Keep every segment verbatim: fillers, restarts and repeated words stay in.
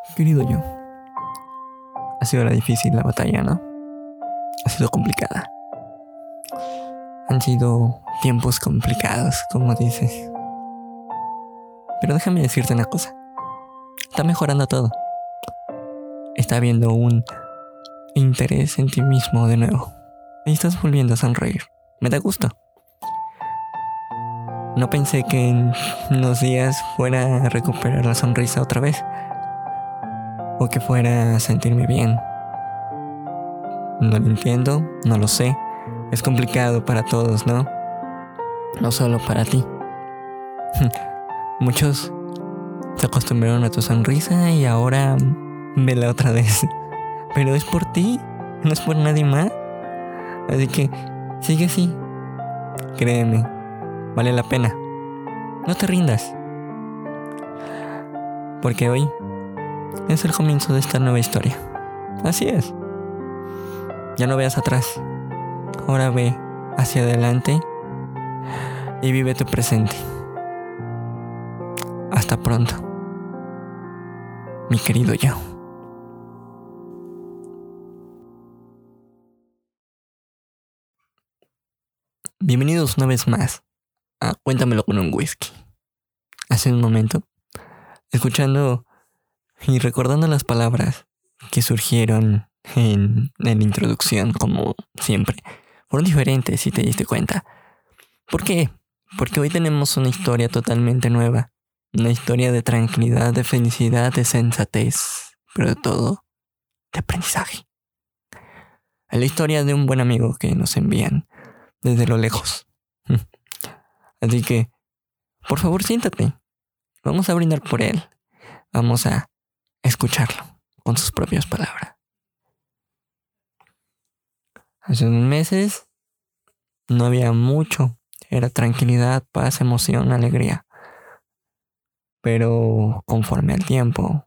Querido yo, ha sido la difícil la batalla, ¿no? Ha sido complicada. Han sido tiempos complicados, como dices. Pero déjame decirte una cosa. Está mejorando todo. Está habiendo un interés en ti mismo de nuevo. Y estás volviendo a sonreír. Me da gusto. No pensé que en unos días fuera a recuperar la sonrisa otra vez. O que fuera a sentirme bien. No lo entiendo, no lo sé. Es complicado para todos, ¿no? No solo para ti. Muchos se acostumbraron a tu sonrisa y ahora vela otra vez. Pero es por ti, no es por nadie más. Así que sigue así. Créeme, vale la pena. No te rindas. Porque hoy es el comienzo de esta nueva historia. Así es. Ya no veas atrás. Ahora ve hacia adelante y vive tu presente. Hasta pronto, mi querido yo. Bienvenidos una vez más a Cuéntamelo con un whisky. Hace un momento, escuchando y recordando las palabras que surgieron en, en la introducción, como siempre, fueron diferentes si te diste cuenta. ¿Por qué? Porque hoy tenemos una historia totalmente nueva. Una historia de tranquilidad, de felicidad, de sensatez, pero de todo, de aprendizaje. Es la historia de un buen amigo que nos envían desde lo lejos. Así que, por favor, siéntate. Vamos a brindar por él. Vamos a escucharlo con sus propias palabras. Hace unos meses no había mucho. Era tranquilidad, paz, emoción, alegría. Pero conforme al tiempo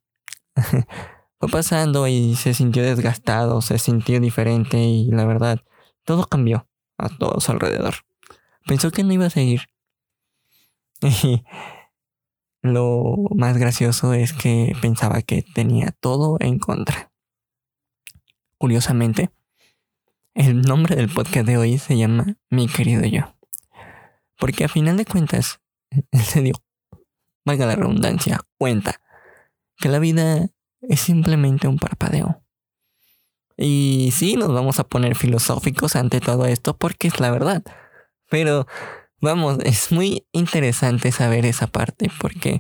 fue pasando y se sintió desgastado, se sintió diferente y la verdad, todo cambió a todo su alrededor. Pensó que no iba a seguir. Y lo más gracioso es que pensaba que tenía todo en contra. Curiosamente, el nombre del podcast de hoy se llama Mi Querido Yo. Porque a final de cuentas, él se dio, valga la redundancia, cuenta que la vida es simplemente un parpadeo. Y sí, nos vamos a poner filosóficos ante todo esto porque es la verdad. Pero, vamos, es muy interesante saber esa parte porque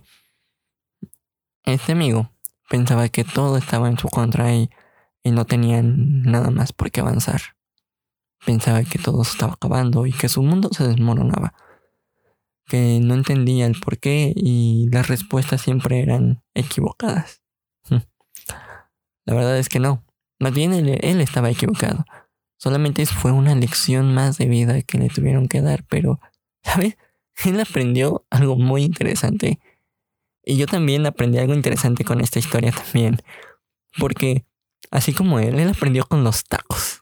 este amigo pensaba que todo estaba en su contra y, y no tenía nada más por qué avanzar. Pensaba que todo se estaba acabando y que su mundo se desmoronaba. Que no entendía el por qué y las respuestas siempre eran equivocadas. La verdad es que no. Más bien él, él estaba equivocado. Solamente fue una lección más de vida que le tuvieron que dar. Pero, ¿sabes? Él aprendió algo muy interesante. Y yo también aprendí algo interesante con esta historia también. Porque, así como él, él aprendió con los tacos.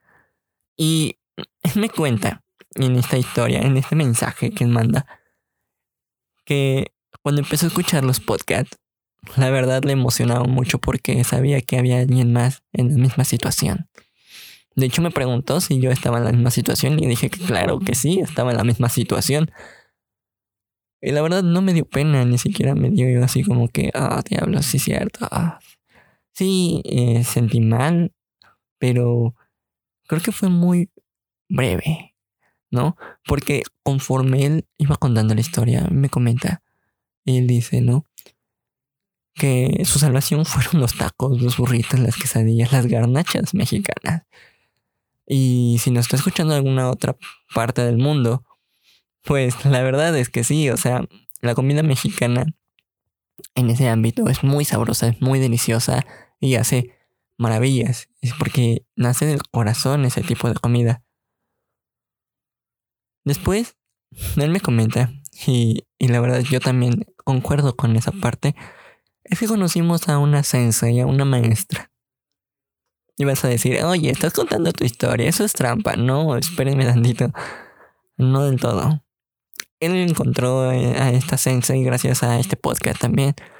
Y él me cuenta en esta historia, en este mensaje que él manda, que cuando empezó a escuchar los podcasts, la verdad le emocionaba mucho porque sabía que había alguien más en la misma situación. De hecho me preguntó si yo estaba en la misma situación y dije que claro que sí, estaba en la misma situación. Y la verdad no me dio pena, ni siquiera me dio así como que, ah, oh, diablos, sí es cierto. Oh. Sí, eh, sentí mal, pero creo que fue muy breve, ¿no? Porque conforme él iba contando la historia, me comenta, y él dice, ¿no? Que su salvación fueron los tacos, los burritos, las quesadillas, las garnachas mexicanas. Y si nos está escuchando alguna otra parte del mundo, pues la verdad es que sí, o sea, la comida mexicana en ese ámbito es muy sabrosa, es muy deliciosa y hace maravillas. Es porque nace del corazón ese tipo de comida. Después, él me comenta, y, y la verdad yo también concuerdo con esa parte, es que conocimos a una sensei, a una maestra. Y vas a decir, oye, estás contando tu historia, eso es trampa. No, espérenme tantito. No del todo. Él encontró a esta sensei gracias a este podcast también.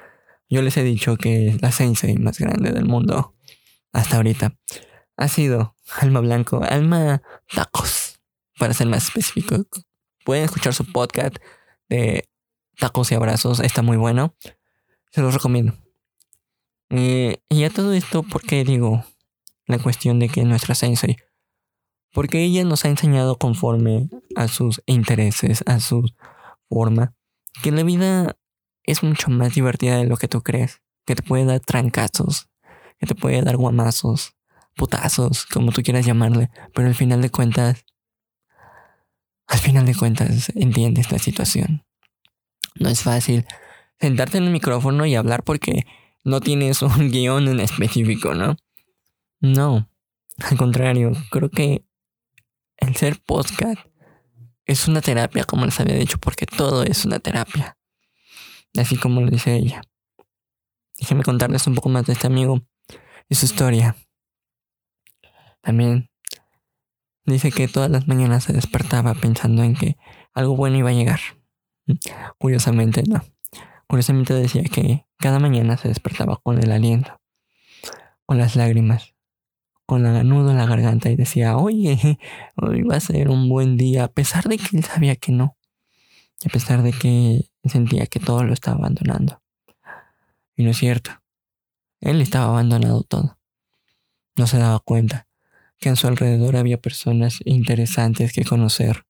yo les he dicho que la sensei más grande del mundo hasta ahorita ha sido Alma Blanco, Alma Tacos, para ser más específico. Pueden escuchar su podcast de Tacos y Abrazos, está muy bueno, se los recomiendo. Eh, y a todo esto, ¿por qué digo la cuestión de que nuestra sensei? Porque ella nos ha enseñado conforme a sus intereses, a su forma, que la vida es mucho más divertida de lo que tú crees, que te puede dar trancazos, que te puede dar guamazos, putazos, como tú quieras llamarle, pero al final de cuentas, al final de cuentas entiendes la situación. No es fácil sentarte en un micrófono y hablar porque no tienes un guión en específico, ¿no? No, al contrario, creo que el ser podcast es una terapia, como les había dicho, porque todo es una terapia. Así como lo dice ella. Déjenme contarles un poco más de este amigo y su historia. También dice que todas las mañanas se despertaba pensando en que algo bueno iba a llegar. Curiosamente, no. Curiosamente decía que cada mañana se despertaba con el aliento, con las lágrimas, con el nudo en la garganta y decía, oye, hoy va a ser un buen día, a pesar de que él sabía que no. Y a pesar de que sentía que todo lo estaba abandonando. Y no es cierto. Él estaba abandonado todo. No se daba cuenta que a su alrededor había personas interesantes que conocer.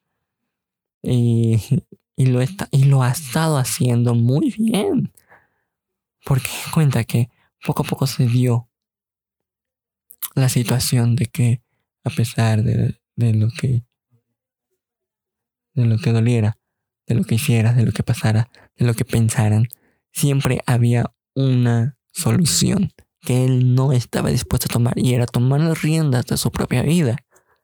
Y, y, lo, está, y lo ha estado haciendo muy bien. Porque cuenta que poco a poco se dio la situación de que a pesar de, de lo que de lo que doliera, de lo que hiciera, de lo que pasara, de lo que pensaran, siempre había una solución que él no estaba dispuesto a tomar, y era tomar las riendas de su propia vida.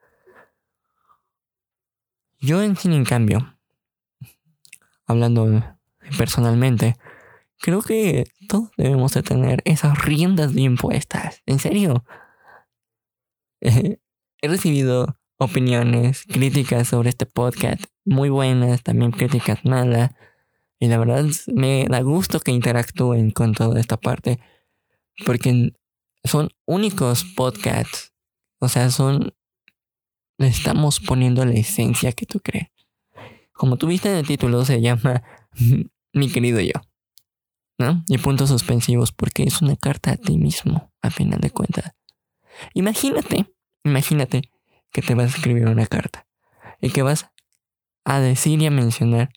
Yo en fin, en cambio, hablando personalmente, creo que todos debemos de tener esas riendas bien puestas. En serio. He recibido opiniones, críticas sobre este podcast, muy buenas, también críticas malas. Y la verdad me da gusto que interactúen con toda esta parte, porque son únicos podcasts. O sea, son... le estamos poniendo la esencia que tú crees. Como tú viste en el título, se llama Mi querido yo, ¿no? Y puntos suspensivos, porque es una carta a ti mismo, a final de cuentas. Imagínate, imagínate que te vas a escribir una carta y que vas a decir y a mencionar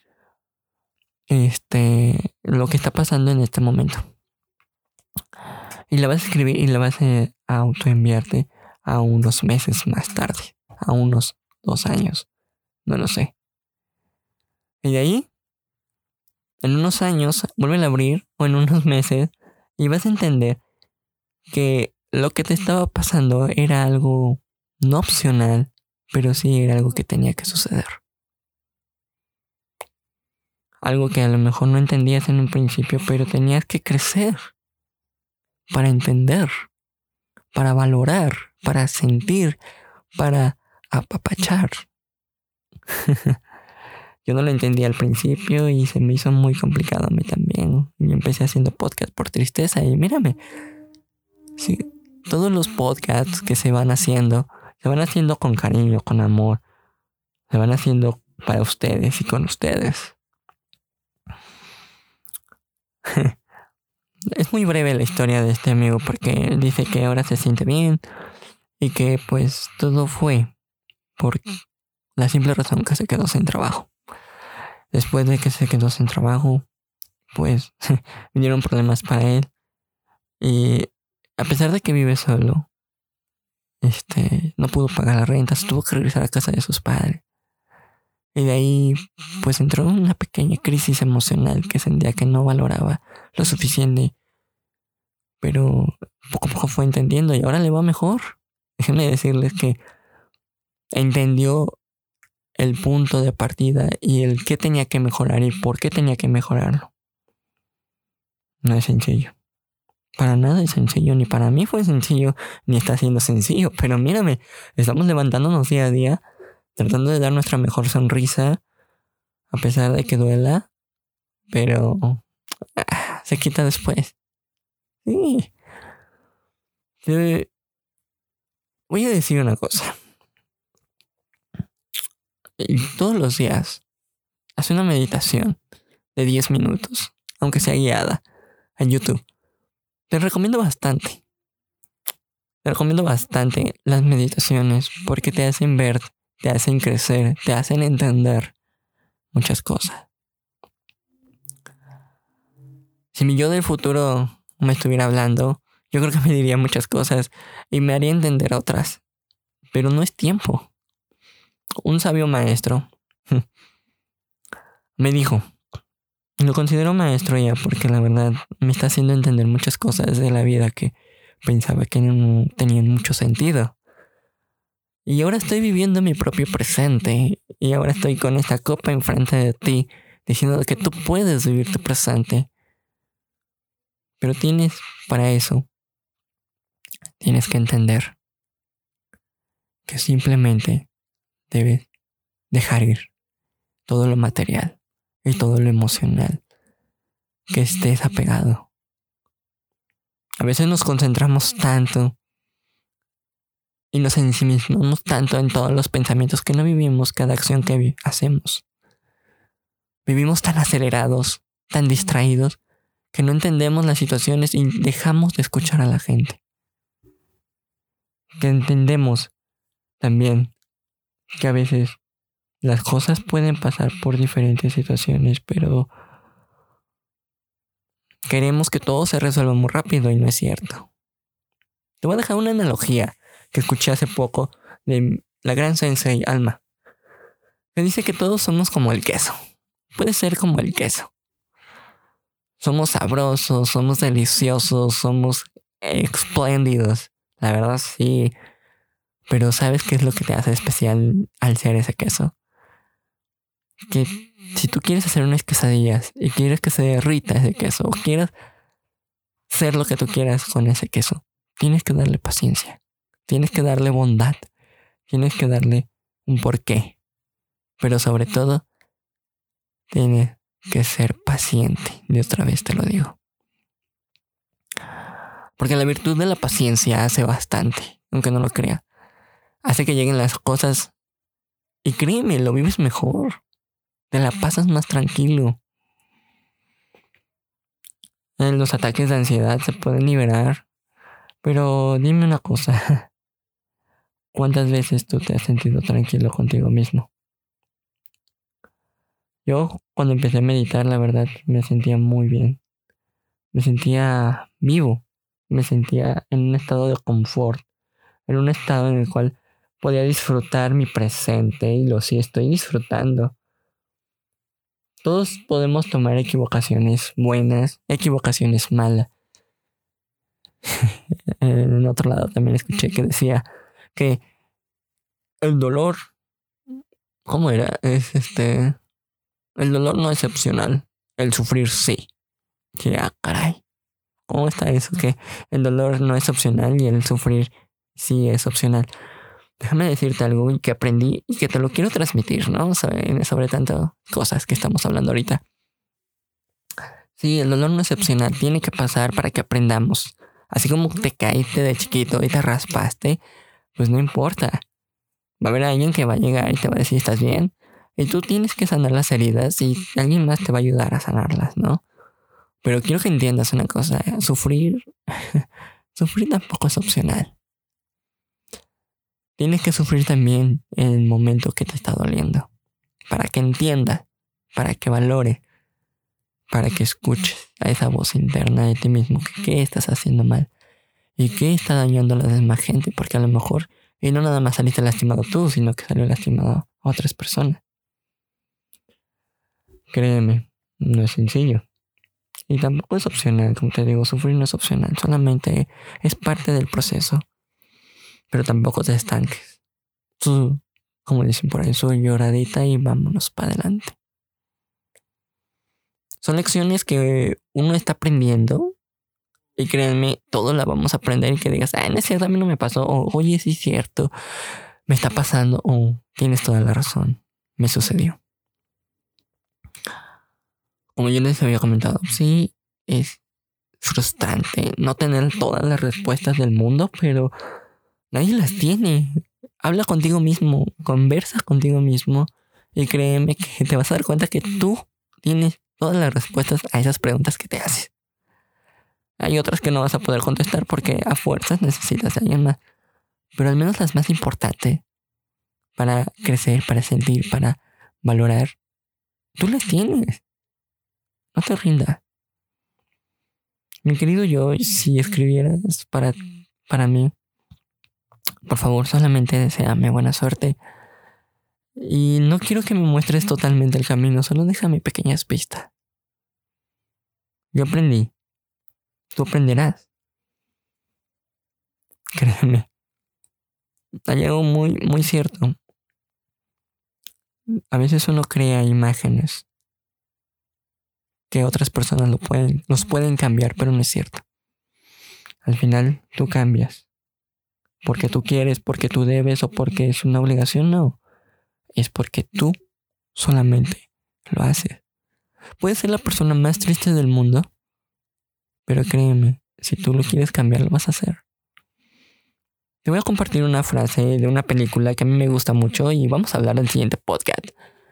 este, lo que está pasando en este momento. Y la vas a escribir y la vas a autoenviarte a unos meses más tarde, a unos dos años, no lo sé. Y de ahí, en unos años, vuelve a abrir, o en unos meses, y vas a entender que lo que te estaba pasando era algo no opcional, pero sí era algo que tenía que suceder. Algo que a lo mejor no entendías en un principio, pero tenías que crecer para entender, para valorar, para sentir, para apapachar. Yo no lo entendía al principio y se me hizo muy complicado a mí también. Y empecé haciendo podcast por tristeza y mírame. Sí, todos los podcasts que se van haciendo, se van haciendo con cariño, con amor. Se van haciendo para ustedes y con ustedes. Es muy breve la historia de este amigo porque él dice que ahora se siente bien y que pues todo fue por la simple razón que se quedó sin trabajo. Después de que se quedó sin trabajo, pues vinieron problemas para él. Y a pesar de que vive solo, este, no pudo pagar la renta, se tuvo que regresar a casa de sus padres. Y de ahí, pues entró en una pequeña crisis emocional que sentía que no valoraba lo suficiente. Pero poco a poco fue entendiendo y ahora le va mejor. Déjenme decirles que entendió el punto de partida y el qué tenía que mejorar y por qué tenía que mejorarlo. No es sencillo. Para nada es sencillo, ni para mí fue sencillo, ni está siendo sencillo. Pero mírame, estamos levantándonos día a día, tratando de dar nuestra mejor sonrisa, a pesar de que duela. Pero se quita después. Sí. Te voy a decir una cosa. Todos los días, haz una meditación de diez minutos, aunque sea guiada, en YouTube. Te recomiendo bastante. Te recomiendo bastante las meditaciones porque te hacen ver, te hacen crecer, te hacen entender muchas cosas. Si mi yo del futuro me estuviera hablando, yo creo que me diría muchas cosas y me haría entender otras. Pero no es tiempo. Un sabio maestro me dijo, lo considero maestro ya porque la verdad me está haciendo entender muchas cosas de la vida que pensaba que no tenían mucho sentido. Y ahora estoy viviendo mi propio presente. Y ahora estoy con esta copa enfrente de ti, diciendo que tú puedes vivir tu presente. Pero tienes, para eso, tienes que entender que simplemente debes dejar ir todo lo material y todo lo emocional que estés apegado. A veces nos concentramos tanto y nos ensimismamos tanto en todos los pensamientos que no vivimos cada acción que vi- hacemos. Vivimos tan acelerados, tan distraídos, que no entendemos las situaciones y dejamos de escuchar a la gente. Que entendemos también que a veces las cosas pueden pasar por diferentes situaciones, pero queremos que todo se resuelva muy rápido y no es cierto. Te voy a dejar una analogía que escuché hace poco de la gran sensei Alma, que dice que todos somos como el queso. Puede ser como el queso. Somos sabrosos, somos deliciosos, somos espléndidos. La verdad sí. Pero ¿sabes qué es lo que te hace especial al ser ese queso? Que si tú quieres hacer unas quesadillas y quieres que se derrita ese queso, o quieres ser lo que tú quieras con ese queso, tienes que darle paciencia. Tienes que darle bondad. Tienes que darle un porqué. Pero sobre todo, tienes que ser paciente. De otra vez te lo digo. Porque la virtud de la paciencia hace bastante, aunque no lo crea. Hace que lleguen las cosas y créeme, lo vives mejor. Te la pasas más tranquilo. Eh, Los ataques de ansiedad se pueden liberar. Pero dime una cosa. ¿Cuántas veces tú te has sentido tranquilo contigo mismo? Yo cuando empecé a meditar, la verdad, me sentía muy bien. Me sentía vivo. Me sentía en un estado de confort. En un estado en el cual podía disfrutar mi presente y lo sí estoy disfrutando. Todos podemos tomar equivocaciones buenas, equivocaciones malas. En otro lado también escuché que decía que el dolor, ¿cómo era? Es este, el dolor no es opcional, el sufrir sí. Que ah, caray, ¿cómo está eso? Que el dolor no es opcional y el sufrir sí es opcional. Déjame decirte algo que aprendí y que te lo quiero transmitir, ¿no? Sobre, sobre tantas cosas que estamos hablando ahorita. Sí, el dolor no es opcional, tiene que pasar para que aprendamos. Así como te caíste de chiquito y te raspaste, pues no importa. Va a haber alguien que va a llegar y te va a decir, ¿estás bien? Y tú tienes que sanar las heridas y alguien más te va a ayudar a sanarlas, ¿no? Pero quiero que entiendas una cosa, sufrir, sufrir tampoco es opcional. Tienes que sufrir también en el momento que te está doliendo. Para que entiendas, para que valores, para que escuches a esa voz interna de ti mismo. Que qué estás haciendo mal y qué está dañando a la demás gente. Porque a lo mejor, y no nada más saliste lastimado tú, sino que salió lastimado a otras personas. Créeme, no es sencillo. Y tampoco es opcional, como te digo, sufrir no es opcional. Solamente es parte del proceso. Pero tampoco te estanques. Tú, como dicen por ahí, su lloradita y vámonos para adelante. Son lecciones que uno está aprendiendo. Y créanme, todos la vamos a aprender y que digas, ah, no es cierto, a mí no me pasó. O, oye, sí es cierto, me está pasando. O, tienes toda la razón, me sucedió. Como yo les había comentado, sí, es frustrante no tener todas las respuestas del mundo, pero nadie las tiene. Habla contigo mismo, conversa contigo mismo y créeme que te vas a dar cuenta que tú tienes todas las respuestas a esas preguntas que te haces. Hay otras que no vas a poder contestar porque a fuerzas necesitas a alguien más, pero al menos las más importantes para crecer, para sentir, para valorar, tú las tienes. No te rindas. Mi querido yo, si escribieras para, para mí, por favor, solamente deséame buena suerte. Y no quiero que me muestres totalmente el camino, solo déjame pequeñas pistas. Yo aprendí. Tú aprenderás. Créeme. Hay algo muy, muy cierto. A veces uno crea imágenes que otras personas lo pueden, los pueden cambiar, pero no es cierto. Al final, tú cambias. Porque tú quieres, porque tú debes o porque es una obligación, no. Es porque tú solamente lo haces. Puedes ser la persona más triste del mundo, pero créeme, si tú lo quieres cambiar, lo vas a hacer. Te voy a compartir una frase de una película que a mí me gusta mucho y vamos a hablar del siguiente podcast.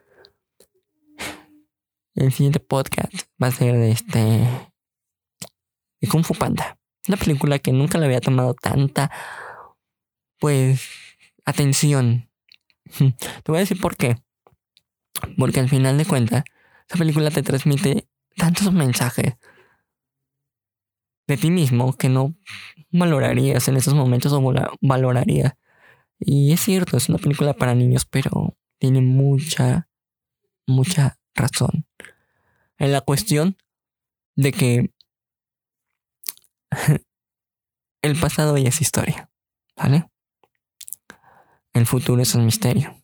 El siguiente podcast va a ser de este... de Kung Fu Panda. Una película que nunca le había tomado tanta, pues, atención. Te voy a decir por qué. Porque al final de cuentas, esa película te transmite tantos mensajes de ti mismo que no valorarías en esos momentos o valorarías. Y es cierto, es una película para niños, pero tiene mucha, mucha razón. En la cuestión de que el pasado ya es historia, ¿vale? El futuro es un misterio.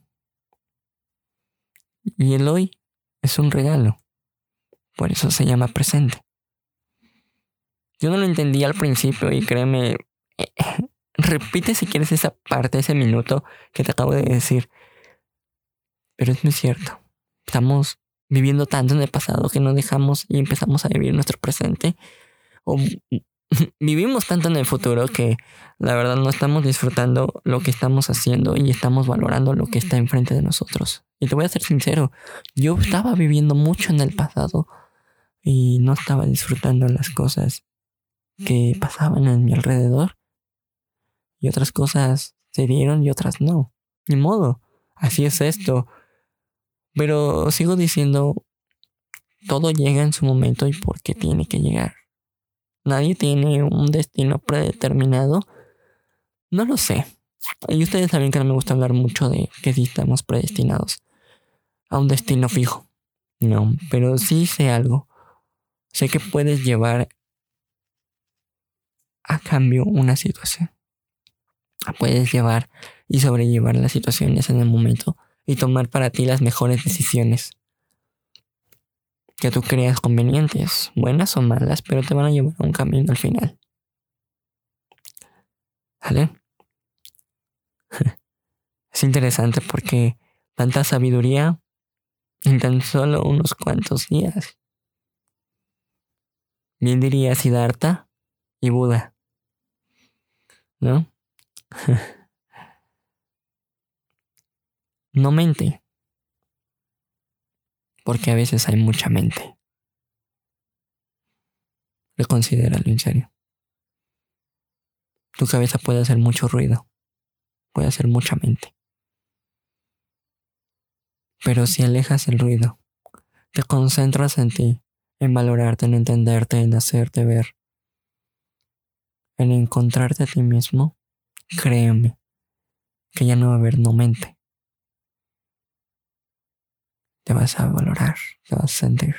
Y el hoy es un regalo. Por eso se llama presente. Yo no lo entendí al principio y créeme, eh, repite si quieres esa parte, ese minuto que te acabo de decir. Pero es muy cierto. Estamos viviendo tanto en el pasado que no dejamos y empezamos a vivir nuestro presente. O vivimos tanto en el futuro que la verdad no estamos disfrutando lo que estamos haciendo y estamos valorando lo que está enfrente de nosotros. Y te voy a ser sincero, yo estaba viviendo mucho en el pasado y no estaba disfrutando las cosas que pasaban en mi alrededor. Y otras cosas se dieron y otras no. Ni modo, así es esto. Pero sigo diciendo, todo llega en su momento y por qué tiene que llegar. Nadie tiene un destino predeterminado. No lo sé. Y ustedes saben que no me gusta hablar mucho de que sí estamos predestinados a un destino fijo. No, pero sí sé algo. Sé que puedes llevar a cambio una situación. Puedes llevar y sobrellevar las situaciones en el momento y tomar para ti las mejores decisiones que tú creas convenientes, buenas o malas, pero te van a llevar a un camino al final. ¿Vale? Es interesante porque tanta sabiduría en tan solo unos cuantos días. Bien diría Siddhartha y Buda, ¿no? No mente, porque a veces hay mucha mente. Reconsidéralo en serio. Tu cabeza puede hacer mucho ruido, puede hacer mucha mente. Pero si alejas el ruido, te concentras en ti, en valorarte, en entenderte, en hacerte ver, en encontrarte a ti mismo, créeme que ya no va a haber no mente. Te vas a valorar, te vas a sentir.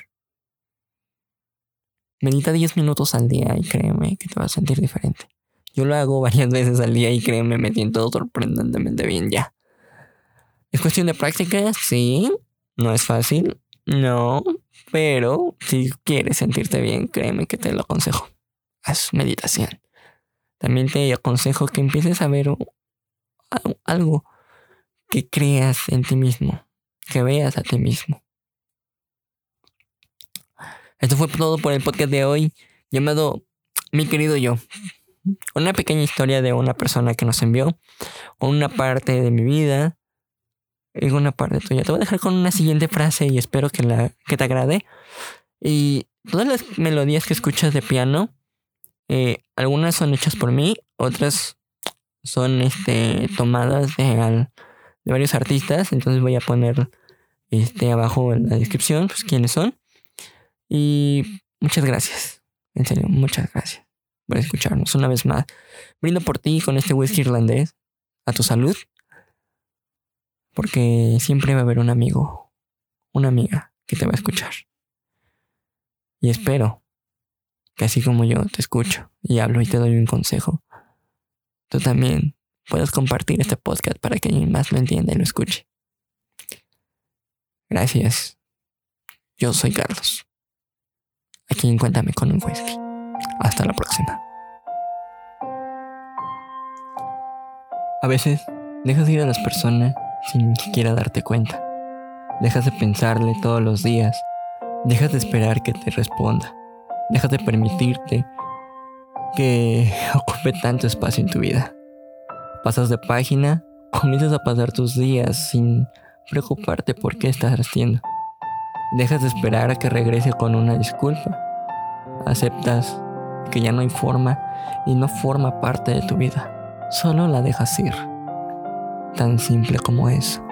Medita diez minutos al día y créeme que te vas a sentir diferente. Yo lo hago varias veces al día y créeme, me siento sorprendentemente bien ya. ¿Es cuestión de práctica? Sí. ¿No es fácil? No. Pero si quieres sentirte bien, créeme que te lo aconsejo. Haz meditación. También te aconsejo que empieces a ver algo que creas en ti mismo, que veas a ti mismo. Esto fue todo por el podcast de hoy, llamado Mi Querido Yo. Una pequeña historia de una persona que nos envió, una parte de mi vida y una parte tuya. Te voy a dejar con una siguiente frase y espero que, la, que te agrade. Y todas las melodías que escuchas de piano, eh, algunas son hechas por mí, otras son este, tomadas de, al, de varios artistas. Entonces voy a poner este, abajo en la descripción pues, quiénes son. Y muchas gracias. En serio, muchas gracias por escucharnos una vez más. Brindo por ti con este whisky irlandés. A tu salud. Porque siempre va a haber un amigo, una amiga que te va a escuchar. Y espero que así como yo te escucho y hablo y te doy un consejo, tú también puedas compartir este podcast para que alguien más lo entienda y lo escuche. Gracias. Yo soy Carlos. Aquí en Cuéntame con un whisky. Hasta la próxima. A veces dejas ir a las personas sin siquiera darte cuenta. Dejas de pensarle todos los días. Dejas de esperar que te responda. Dejas de permitirte que ocupe tanto espacio en tu vida. Pasas de página, comienzas a pasar tus días sin preocuparte por qué estás haciendo. Dejas de esperar a que regrese con una disculpa. Aceptas que ya no hay forma y no forma parte de tu vida. Solo la dejas ir. Tan simple como eso.